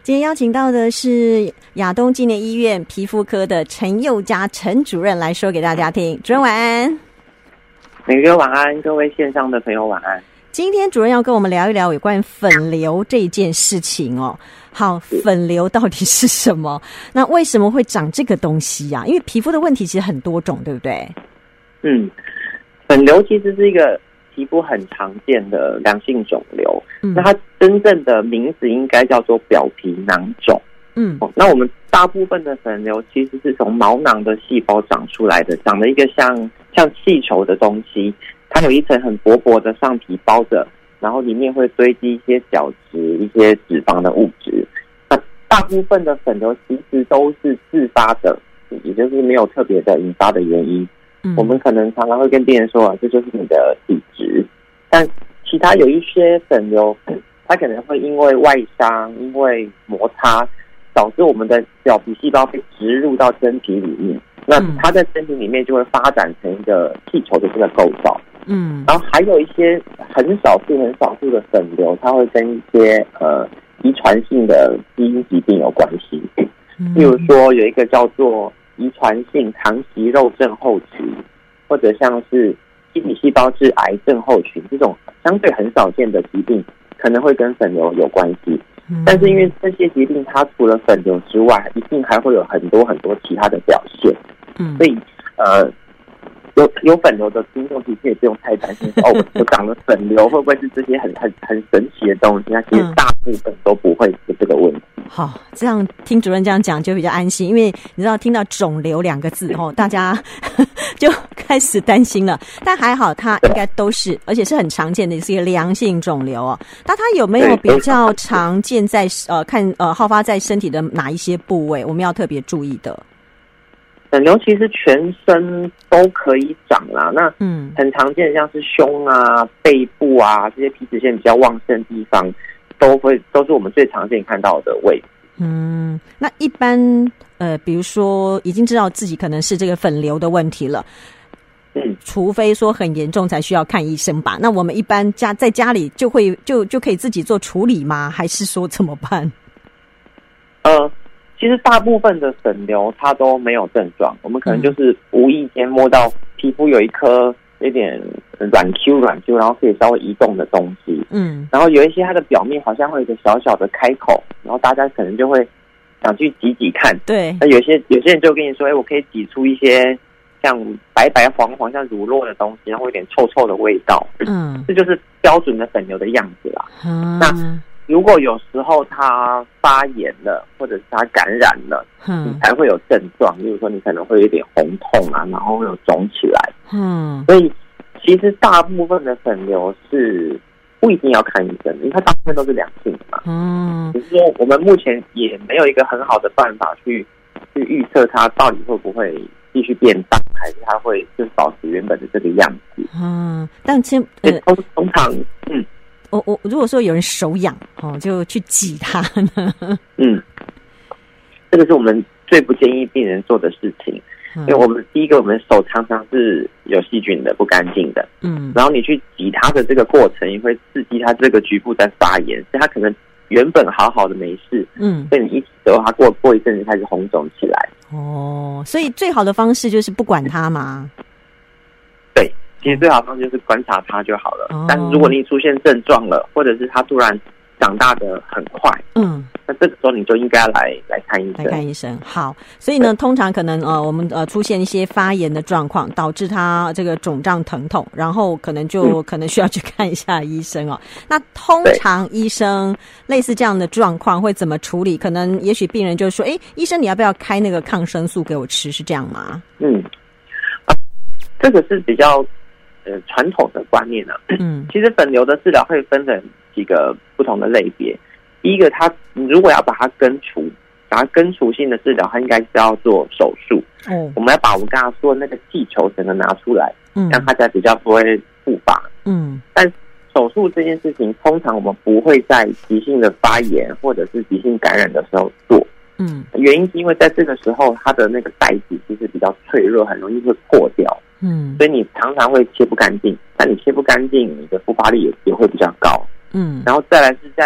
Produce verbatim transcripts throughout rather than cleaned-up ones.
今天邀请到的是亚东纪念医院皮肤科的陈宥嘉陈主任来说给大家听。主任晚安。 每个晚安，各位线上的朋友晚安。 今天主任要跟我们聊一聊有关粉瘤这件事情哦。好，粉瘤到底是什么？那为什么会长这个东西啊？因为皮肤的问题其实很多种，对不对？ 嗯，粉瘤其实是一个皮肤很常见的良性肿瘤，嗯、那它真正的名字应该叫做表皮囊肿。嗯、哦，那我们大部分的粉瘤其实是从毛囊的细胞长出来的，长了一个像像气球的东西，它有一层很薄薄的上皮包着，然后里面会堆积一些角质、一些脂肪的物质。那大部分的粉瘤其实都是自发的，也就是没有特别的引发的原因。嗯、我们可能常常会跟病人说啊，这就是你的体质。但其他有一些粉瘤，它可能会因为外伤、因为摩擦，导致我们的表皮细胞被植入到真皮里面。那它在真皮里面就会发展成一个气球的这个构造。嗯，然后还有一些很少数、很少数的粉瘤，它会跟一些呃遗传性的基因疾病有关系。例如说，有一个叫做遗传性糖息肉症候群，或者像是基底细胞质癌症候群，这种相对很少见的疾病，可能会跟粉瘤有关系。但是因为这些疾病，它除了粉瘤之外，一定还会有很多很多其他的表现。嗯，所以呃，有有粉瘤的听众其实也不用太担心说，哦，我长了粉瘤会不会是这些很很很神奇的东西？那其实大部分都不会是这个问题。 好，这样听主任这样讲就比较安心，因为你知道听到肿瘤两个字哦，大家就开始担心了。但还好，它应该都是，而且是很常见的，是一个良性肿瘤哦。那它有没有比较常见在呃看呃好发在身体的哪一些部位？我们要特别注意的。 粉瘤其实全身都可以长啦，那嗯，很常见的像是胸啊、背部啊这些皮脂腺比较旺盛的地方，都会都是我们最常见看到的位置。 嗯，那一般呃，比如说已经知道自己可能是这个粉瘤的问题了，嗯，除非说很严重才需要看医生吧。那我们一般家在家里就会就就可以自己做处理吗？还是说怎么办？ 呃。其实大部分的粉瘤它都没有症状，我们可能就是无意间摸到皮肤有一颗有点软 Q 软 Q， 然后可以稍微移动的东西。嗯，然后有一些它的表面好像会有一个小小的开口，然后大家可能就会想去挤挤看。对，那有些有些人就跟你说，哎，我可以挤出一些像白白黄黄像乳酪的东西，然后有点臭臭的味道。嗯，这就是标准的粉瘤的样子啦。嗯，那如果有时候它发炎了，或者是它感染了，嗯，你才会有症状。例如说，你可能会有点红痛啊，然后会有肿起来。嗯，所以其实大部分的粉瘤是不一定要看医生的，因为它大部分都是良性的嘛。嗯，只是说我们目前也没有一个很好的办法去去预测它到底会不会继续变大，还是它会就是保持原本的这个样子。 嗯，但其实呃，通通常嗯。 我我如果说有人手痒哦，就去挤它呢。嗯， 这个是我们最不建议病人做的事情，嗯、因为我们第一个，我们手常常是有细菌的、不干净的。嗯，然后你去挤它的这个过程，也会刺激它这个局部在发炎，所以它可能原本好好的没事，嗯，被你一挤之后，它过过一阵子开始红肿起来。 哦，所以最好的方式就是不管它嘛。 对。其实最好的方式就是观察它就好了。哦、但是如果你出现症状了，或者是它突然长大的很快，嗯，那这个时候你就应该来来看医生。 来看医生，好。所以呢，通常可能呃，我们呃出现一些发炎的状况，导致它这个肿胀疼痛，然后可能就、嗯、可能需要去看一下医生哦。那通常医生类似这样的状况会怎么处理？可能也许病人就说：“哎，医生，你要不要开那个抗生素给我吃？”是这样吗？嗯， 啊、这个是比较。呃，传统的观念啊，嗯，其实粉瘤的治疗会分成几个不同的类别。第一个，它如果要把它根除，把它根除性的治疗，它应该是要做手术。哦，我们要把我们刚刚说的那个气球整个拿出来，嗯，让它才比较不会复发。嗯，但手术这件事情，通常我们不会在急性的发炎或者是急性感染的时候做。嗯，原因是因为在这个时候，它的那个袋子其实比较脆弱，很容易会破掉。嗯，所以你常常会切不干净，但你切不干净，你的复发率也也会比较高。嗯，然后再来是在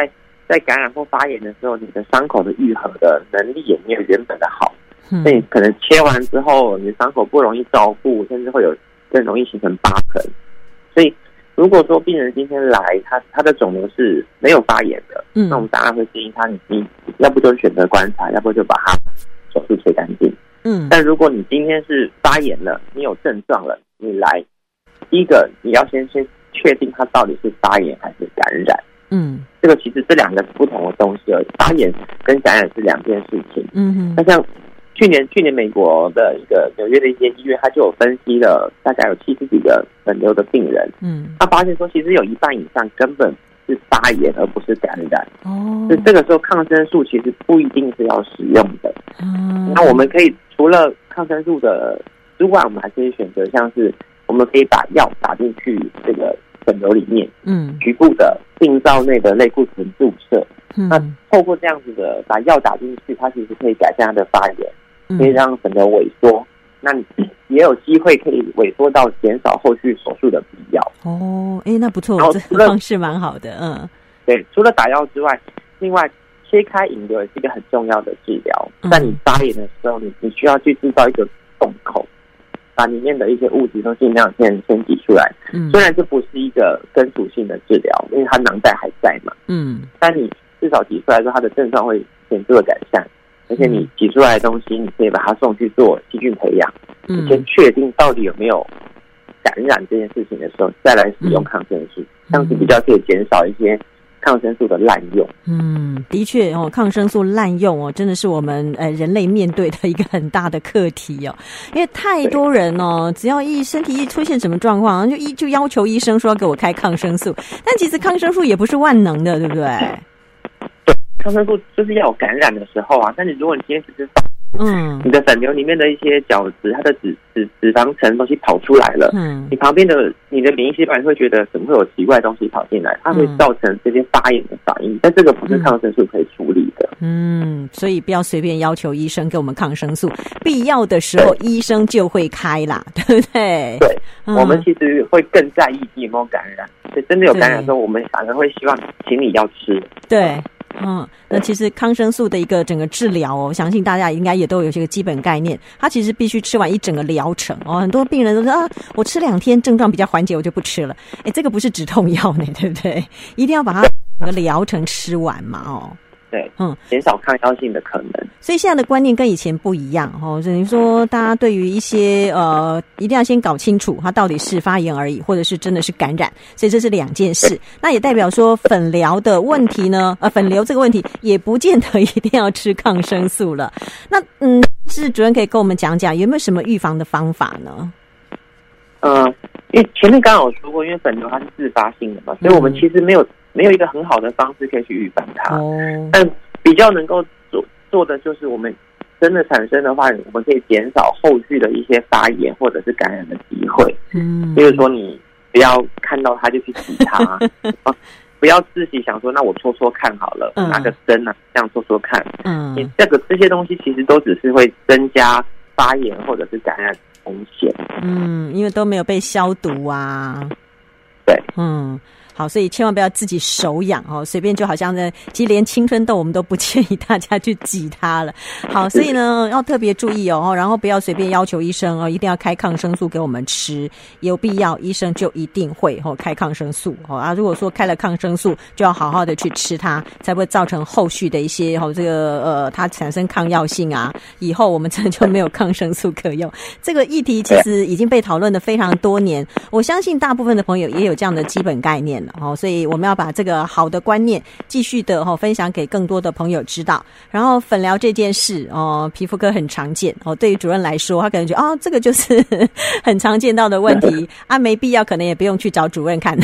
在感染或发炎的时候，你的伤口的愈合的能力也没有原本的好，嗯、所以可能切完之后，你的伤口不容易照顾，甚至会有更容易形成疤痕。所以如果说病人今天来，他他的肿瘤是没有发炎的，嗯、那我们当然会建议他，你你要不就选择观察，要不就把它手术切干净。嗯，但如果你今天是发炎了，你有症状了，你来，第一个你要先先确定它到底是发炎还是感染。嗯，这个其实这两个是不同的东西而已，发炎跟感染是两件事情。嗯哼，那像去年去年美国的一个纽约的一些医院，他就有分析了大概有七十几个粉瘤的病人，嗯，他发现说其实有一半以上根本是发炎而不是感染。哦，所以这个时候抗生素其实不一定是要使用的。嗯，那我们可以除了抗生素的之外，我们还可以选择像是我们可以把药打进去这个粉瘤里面，嗯，局部的病灶内的类固醇注射，嗯，那透过这样子的把药打进去，它其实可以改善它的发炎，嗯，可以让粉瘤萎缩，那也有机会可以萎缩到减少后续手术的必要。 哦，哎，那不错，这个方式蛮好的，嗯， 对，除了打药之外，另外切开引流也是一个很重要的治疗。在你发炎的时候，你你需要去制造一个洞口，把里面的一些物质都尽量先先挤出来。嗯，虽然这不是一个根属性的治疗，因为它囊袋还在嘛。嗯，但你至少挤出来之后，它的症状会显著的改善，而且你挤出来的东西，你可以把它送去做细菌培养。嗯，先确定到底有没有感染这件事情的时候，再来使用抗生素，这样子比较可以减少一些抗生素的滥用。 嗯，的确哦，抗生素滥用哦，真的是我们呃人类面对的一个很大的课题哦。因为太多人哦，只要一身体一出现什么状况，就一就要求医生说要给我开抗生素，但其实抗生素也不是万能的，对不对？ 对，抗生素就是要有感染的时候啊。但是如果你今天只是嗯，你的粉瘤里面的一些角质，它的脂脂脂肪层东西跑出来了，嗯，你旁边的你的免疫细胞会觉得怎么会有奇怪的东西跑进来，它会造成这些发炎的反应，但这个不是抗生素可以处理的。 嗯，所以不要随便要求医生给我们抗生素，必要的时候医生就会开啦，对不对？ 对，嗯，我们其实会更在意有没有感染，所以真的有感染的时候，我们反而会希望请你要吃。 对。嗯，那其实抗生素的一个整个治疗哦，我相信大家应该也都有这个基本概念。它其实必须吃完一整个疗程哦。很多病人都说啊，我吃两天症状比较缓解，我就不吃了。哎，这个不是止痛药呢，对不对？一定要把它整个疗程吃完嘛，哦。 对，嗯，减少抗药性的可能。 所以现在的观念跟以前不一样哦，等于说大家对于一些呃，一定要先搞清楚它到底是发炎而已，或者是真的是感染，所以这是两件事。那也代表说粉疗的问题呢，呃，粉瘤这个问题也不见得一定要吃抗生素了。那嗯，是主任可以跟我们讲讲有没有什么预防的方法呢？ 嗯、呃，因为前面刚刚有说过，因为粉瘤它是自发性的嘛，所以我们其实没有。没有一个很好的方式可以去预防它，哦，但比较能够做做的就是我们真的产生的话，我们可以减少后续的一些发炎或者是感染的机会。嗯，比如说你不要看到它就去洗它，啊，不要自己想说那我搓搓看好了，嗯，拿个针啊这样搓搓看，嗯，你这个这些东西其实都只是会增加发炎或者是感染风险。 嗯，因为都没有被消毒啊。 对， 嗯。好，所以千万不要自己手痒哦，随便就好像呢，其实连青春痘我们都不建议大家去挤它了。好，所以呢要特别注意哦，然后不要随便要求医生哦，一定要开抗生素给我们吃，有必要医生就一定会哦开抗生素哦啊。如果说开了抗生素，就要好好的去吃它，才不会造成后续的一些哦这个呃它产生抗药性啊，以后我们真的就没有抗生素可用。这个议题其实已经被讨论的非常多年，我相信大部分的朋友也有这样的基本概念了。哦，所以我们要把这个好的观念继续的哦分享给更多的朋友知道。然后粉疗这件事哦，皮肤科很常见哦，对于主任来说，他可能觉得哦，这个就是很常见到的问题啊，没必要，可能也不用去找主任看。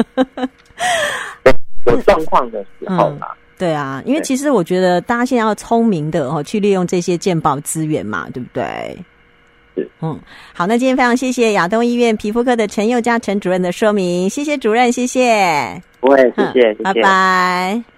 有状况的时候嘛。嗯， 对啊，因为其实我觉得大家现在要聪明的哦，去利用这些健保资源嘛，对不对？嗯，好，那今天非常谢谢亚东医院皮肤科的陈宥嘉陈主任的说明，谢谢主任，谢谢。 不会，谢谢，谢谢， 拜拜。